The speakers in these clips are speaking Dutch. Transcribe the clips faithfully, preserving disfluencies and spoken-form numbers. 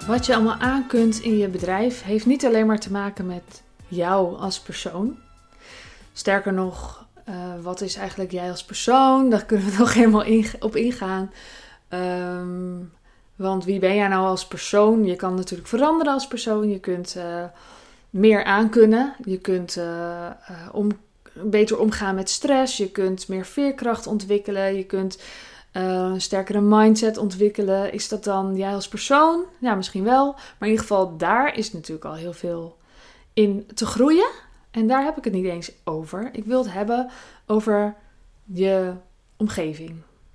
Wat je allemaal aan kunt in je bedrijf heeft niet alleen maar te maken met jou als persoon. Sterker nog, uh, wat is eigenlijk jij als persoon? Daar kunnen we nog helemaal in, op ingaan. Um, want wie ben jij nou als persoon? Je kan natuurlijk veranderen als persoon. Je kunt uh, meer aankunnen. Je kunt uh, uh, om, beter omgaan met stress. Je kunt meer veerkracht ontwikkelen. Je kunt uh, een sterkere mindset ontwikkelen. Is dat dan jij als persoon? Ja, misschien wel. Maar in ieder geval, daar is natuurlijk al heel veel in te groeien. En daar heb ik het niet eens over. Ik wil het hebben over je omgeving.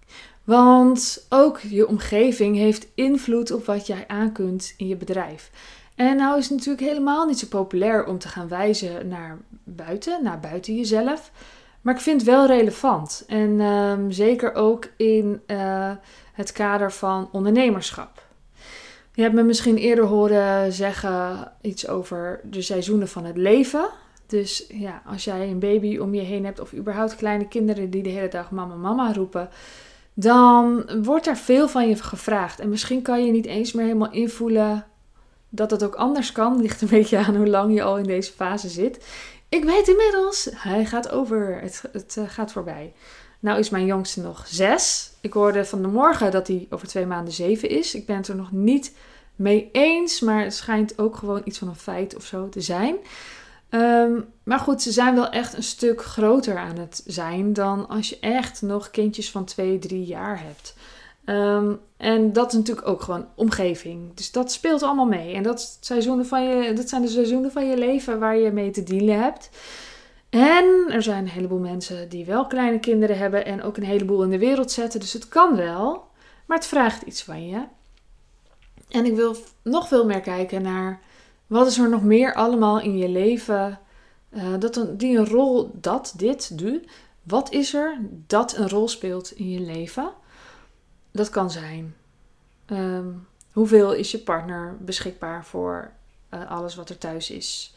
Want ook je omgeving heeft invloed op wat jij aankunt in je bedrijf. En nou is het natuurlijk helemaal niet zo populair om te gaan wijzen naar buiten, naar buiten jezelf. Maar ik vind het wel relevant. En um, zeker ook in uh, het kader van ondernemerschap. Je hebt me misschien eerder horen zeggen iets over de seizoenen van het leven. Dus ja, als jij een baby om je heen hebt of überhaupt kleine kinderen die de hele dag mama mama roepen, dan wordt er veel van je gevraagd. En misschien kan je niet eens meer helemaal invoelen dat het ook anders kan. Ligt een beetje aan hoe lang je al in deze fase zit. Ik weet inmiddels, hij gaat over, het, het uh, gaat voorbij. Nou is mijn jongste nog zes. Ik hoorde van de morgen dat hij over twee maanden zeven is. Ik ben het er nog niet mee eens, maar het schijnt ook gewoon iets van een feit of zo te zijn. Um, maar goed, ze zijn wel echt een stuk groter aan het zijn dan als je echt nog kindjes van twee, drie jaar hebt. Um, en dat is natuurlijk ook gewoon omgeving. Dus dat speelt allemaal mee. En dat, is seizoenen van je, dat zijn de seizoenen van je leven waar je mee te dealen hebt. En er zijn een heleboel mensen die wel kleine kinderen hebben en ook een heleboel in de wereld zetten. Dus het kan wel, maar het vraagt iets van je. En ik wil nog veel meer kijken naar wat is er nog meer allemaal in je leven uh, dat een, die een rol, dat, dit, du. Wat is er dat een rol speelt in je leven? Dat kan zijn. Um, hoeveel is je partner beschikbaar voor uh, alles wat er thuis is?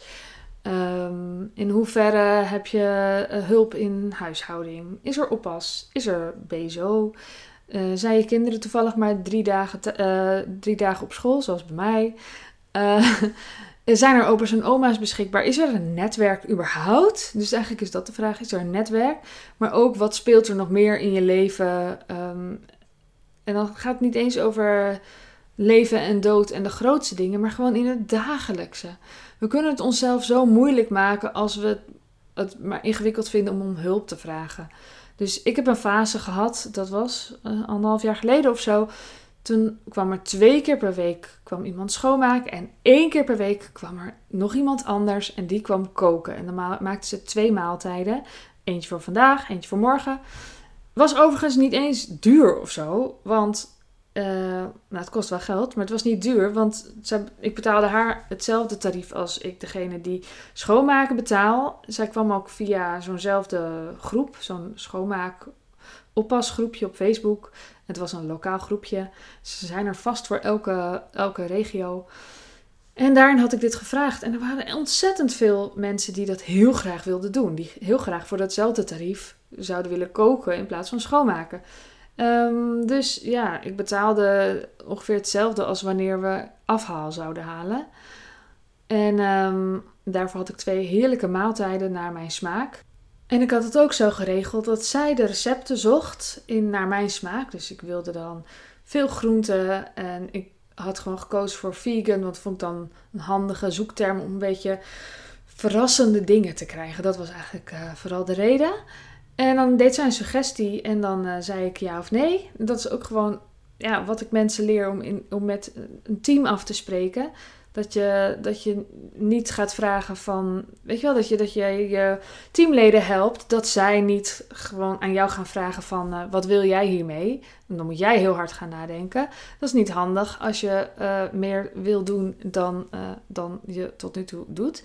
Um, in hoeverre heb je uh, hulp in huishouding? Is er oppas? Is er B S O? Uh, zijn je kinderen toevallig maar drie dagen, te, uh, drie dagen op school, zoals bij mij? Uh, zijn er opa's en oma's beschikbaar? Is er een netwerk überhaupt? Dus eigenlijk is dat de vraag. Is er een netwerk? Maar ook, wat speelt er nog meer in je leven? Um, en dan gaat het niet eens over leven en dood en de grootste dingen, maar gewoon in het dagelijkse. We kunnen het onszelf zo moeilijk maken als we het maar ingewikkeld vinden om om hulp te vragen. Dus ik heb een fase gehad, dat was uh, anderhalf jaar geleden of zo. Toen kwam er twee keer per week kwam iemand schoonmaken. En één keer per week kwam er nog iemand anders en die kwam koken. En dan ma- maakten ze twee maaltijden. Eentje voor vandaag, eentje voor morgen. Was overigens niet eens duur of zo. Want uh, nou, het kost wel geld, maar het was niet duur. Want zij, ik betaalde haar hetzelfde tarief als ik degene die schoonmaken betaal. Zij kwam ook via zo'nzelfde groep, zo'n schoonmaak oppasgroepje op Facebook. Het was een lokaal groepje. Ze zijn er vast voor elke, elke regio. En daarin had ik dit gevraagd. En er waren ontzettend veel mensen die dat heel graag wilden doen. Die heel graag voor datzelfde tarief zouden willen koken in plaats van schoonmaken. Um, dus ja, ik betaalde ongeveer hetzelfde als wanneer we afhaal zouden halen. En um, daarvoor had ik twee heerlijke maaltijden naar mijn smaak. En ik had het ook zo geregeld dat zij de recepten zocht in naar mijn smaak. Dus ik wilde dan veel groenten en ik had gewoon gekozen voor vegan. Want vond ik dan een handige zoekterm om een beetje verrassende dingen te krijgen. Dat was eigenlijk uh, vooral de reden. En dan deed zij een suggestie en dan uh, zei ik ja of nee. Dat is ook gewoon ja, wat ik mensen leer om, in, om met een team af te spreken. Dat je, dat je niet gaat vragen van, weet je wel, dat je, dat je je teamleden helpt. Dat zij niet gewoon aan jou gaan vragen van, uh, wat wil jij hiermee? En dan moet jij heel hard gaan nadenken. Dat is niet handig als je uh, meer wil doen dan, uh, dan je tot nu toe doet.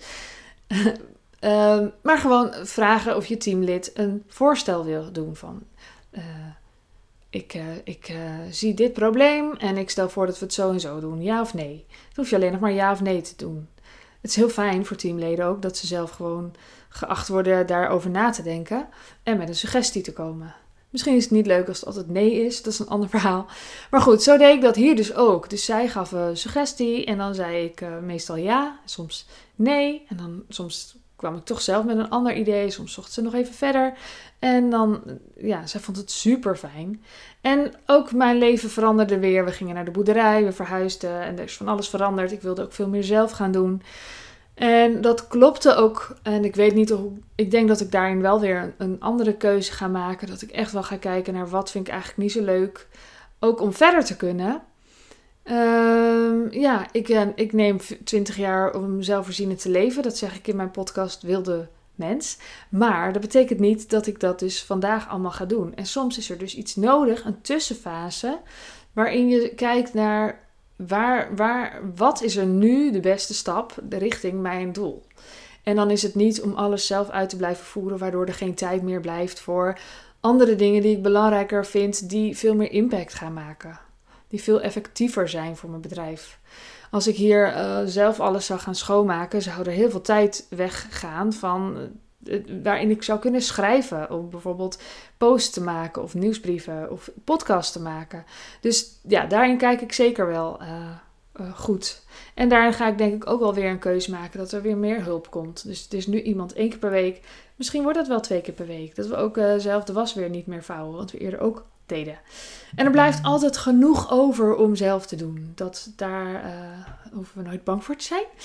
uh, maar gewoon vragen of je teamlid een voorstel wil doen van, Uh, Ik, uh, ik uh, zie dit probleem en ik stel voor dat we het zo en zo doen. Ja of nee? Dan hoef je alleen nog maar ja of nee te doen. Het is heel fijn voor teamleden ook dat ze zelf gewoon geacht worden daarover na te denken en met een suggestie te komen. Misschien is het niet leuk als het altijd nee is. Dat is een ander verhaal. Maar goed, zo deed ik dat hier dus ook. Dus zij gaf een suggestie en dan zei ik uh, meestal ja, soms nee. En dan soms kwam ik toch zelf met een ander idee. Soms zocht ze nog even verder. En dan, ja, zij vond het super fijn. En ook mijn leven veranderde weer. We gingen naar de boerderij, we verhuisden en er is van alles veranderd. Ik wilde ook veel meer zelf gaan doen. En dat klopte ook. En ik weet niet hoe. Ik denk dat ik daarin wel weer een, een andere keuze ga maken. Dat ik echt wel ga kijken naar wat vind ik eigenlijk niet zo leuk. Ook om verder te kunnen. Um, ja, ik, ik neem twintig jaar om zelfvoorzienend te leven. Dat zeg ik in mijn podcast Wilde Mens. Maar dat betekent niet dat ik dat dus vandaag allemaal ga doen. En soms is er dus iets nodig, een tussenfase, waarin je kijkt naar waar, waar, wat is er nu de beste stap richting mijn doel. En dan is het niet om alles zelf uit te blijven voeren, waardoor er geen tijd meer blijft voor andere dingen die ik belangrijker vind, die veel meer impact gaan maken. Die veel effectiever zijn voor mijn bedrijf. Als ik hier uh, zelf alles zou gaan schoonmaken, zou er heel veel tijd weggaan van uh, waarin ik zou kunnen schrijven. Om bijvoorbeeld posts te maken of nieuwsbrieven of podcasts te maken. Dus ja, daarin kijk ik zeker wel uh, uh, goed. En daarin ga ik denk ik ook wel weer een keuze maken dat er weer meer hulp komt. Dus het is nu iemand één keer per week. Misschien wordt dat wel twee keer per week. Dat we ook uh, zelf de was weer niet meer vouwen, wat we eerder ook deden. En er blijft altijd genoeg over om zelf te doen. Dat, daar uh, hoeven we nooit bang voor te zijn.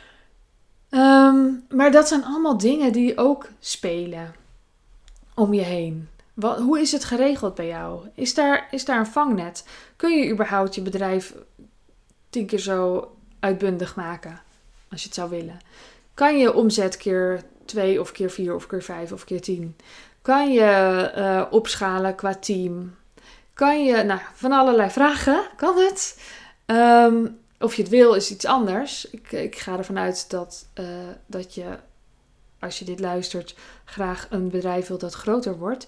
Um, maar dat zijn allemaal dingen die ook spelen om je heen. Wat, hoe is het geregeld bij jou? Is daar, is daar een vangnet? Kun je überhaupt je bedrijf tien keer zo uitbundig maken? Als je het zou willen. Kan je omzet keer twee of keer vier of keer vijf of keer tien? Kan je uh, opschalen qua team? Kan je, nou, van allerlei vragen, kan het? Um, of je het wil, is iets anders. Ik, ik ga ervan uit dat, uh, dat je, als je dit luistert, graag een bedrijf wilt dat groter wordt.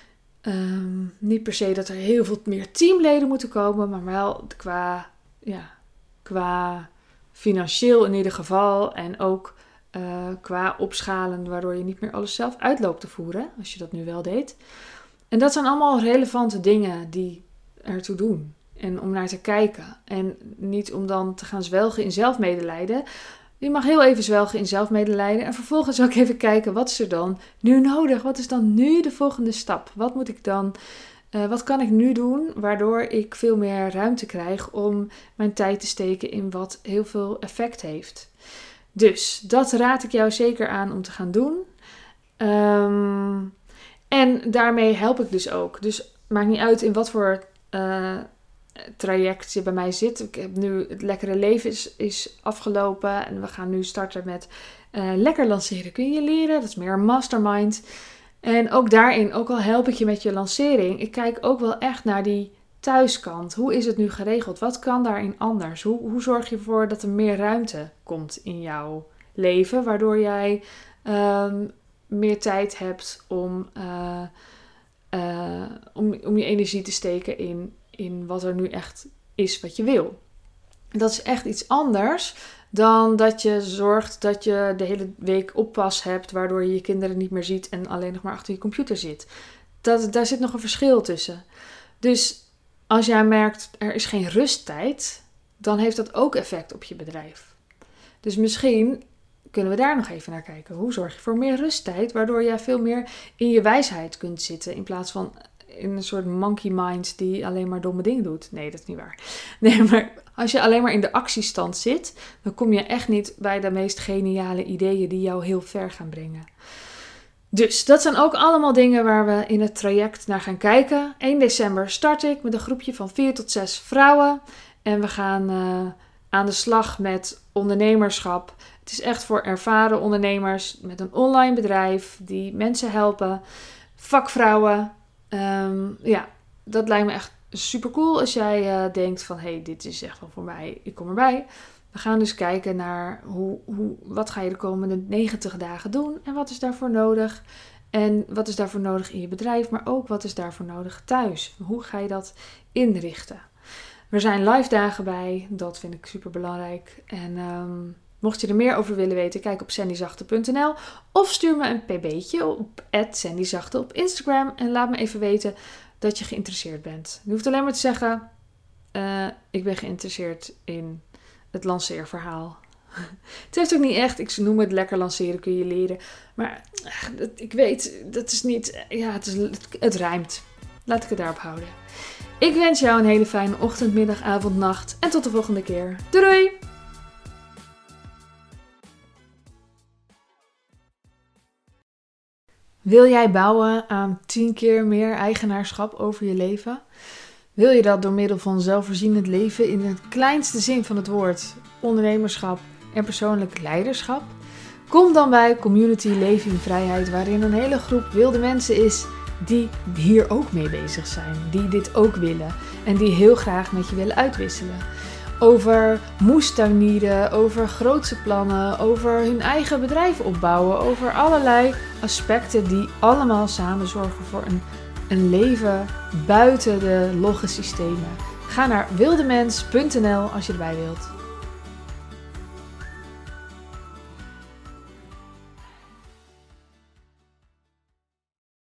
Um, niet per se dat er heel veel meer teamleden moeten komen, maar wel qua, ja, qua financieel in ieder geval. En ook uh, qua opschalen, waardoor je niet meer alles zelf uitloopt te voeren, als je dat nu wel deed. En dat zijn allemaal relevante dingen die ertoe doen. En om naar te kijken. En niet om dan te gaan zwelgen in zelfmedelijden. Je mag heel even zwelgen in zelfmedelijden. En vervolgens ook even kijken, wat is er dan nu nodig? Wat is dan nu de volgende stap? Wat moet ik dan, uh, wat kan ik nu doen? Waardoor ik veel meer ruimte krijg om mijn tijd te steken in wat heel veel effect heeft. Dus dat raad ik jou zeker aan om te gaan doen. Um, En daarmee help ik dus ook. Dus maakt niet uit in wat voor uh, traject je bij mij zit. Ik heb nu het lekkere leven is, is afgelopen. En we gaan nu starten met uh, lekker lanceren. Kun je leren? Dat is meer een mastermind. En ook daarin, ook al help ik je met je lancering. Ik kijk ook wel echt naar die thuiskant. Hoe is het nu geregeld? Wat kan daarin anders? Hoe, hoe zorg je ervoor dat er meer ruimte komt in jouw leven? Waardoor jij Um, meer tijd hebt om, uh, uh, om, om je energie te steken in, in wat er nu echt is wat je wil. En dat is echt iets anders dan dat je zorgt dat je de hele week oppas hebt, waardoor je je kinderen niet meer ziet en alleen nog maar achter je computer zit. Dat, daar zit nog een verschil tussen. Dus als jij merkt er is geen rusttijd, dan heeft dat ook effect op je bedrijf. Dus misschien kunnen we daar nog even naar kijken. Hoe zorg je voor meer rusttijd, waardoor jij veel meer in je wijsheid kunt zitten, in plaats van in een soort monkey mind die alleen maar domme dingen doet. Nee, dat is niet waar. Nee, maar als je alleen maar in de actiestand zit, dan kom je echt niet bij de meest geniale ideeën die jou heel ver gaan brengen. Dus dat zijn ook allemaal dingen waar we in het traject naar gaan kijken. één december start ik met een groepje van vier tot zes vrouwen. En we gaan uh, aan de slag met ondernemerschap. Het is echt voor ervaren ondernemers met een online bedrijf die mensen helpen. Vakvrouwen. Um, ja, dat lijkt me echt super cool als jij uh, denkt van hé, hey, dit is echt wel voor mij, ik kom erbij. We gaan dus kijken naar hoe, hoe, wat ga je de komende negentig dagen doen en wat is daarvoor nodig. En wat is daarvoor nodig in je bedrijf, maar ook wat is daarvoor nodig thuis. Hoe ga je dat inrichten? Er zijn live dagen bij, dat vind ik super belangrijk. En um, Mocht je er meer over willen weten, kijk op sandy zachte punt n l of stuur me een pb'tje op at sandy zachte op Instagram en laat me even weten dat je geïnteresseerd bent. Je hoeft alleen maar te zeggen, uh, ik ben geïnteresseerd in het lanceerverhaal. Het heeft ook niet echt, ik noem het lekker lanceren, kun je leren. Maar uh, ik weet, dat is niet, ja, het, is, het, het rijmt. Laat ik het daarop houden. Ik wens jou een hele fijne ochtend, middag, avond, nacht en tot de volgende keer. Doei doei! Wil jij bouwen aan tien keer meer eigenaarschap over je leven? Wil je dat door middel van zelfvoorzienend leven in de kleinste zin van het woord, ondernemerschap en persoonlijk leiderschap? Kom dan bij Community Leven in Vrijheid, waarin een hele groep wilde mensen is die hier ook mee bezig zijn, die dit ook willen en die heel graag met je willen uitwisselen. Over moestuinieren, over grootse plannen, over hun eigen bedrijf opbouwen, over allerlei aspecten die allemaal samen zorgen voor een, een leven buiten de logge systemen. Ga naar wildemens punt n l als je erbij wilt.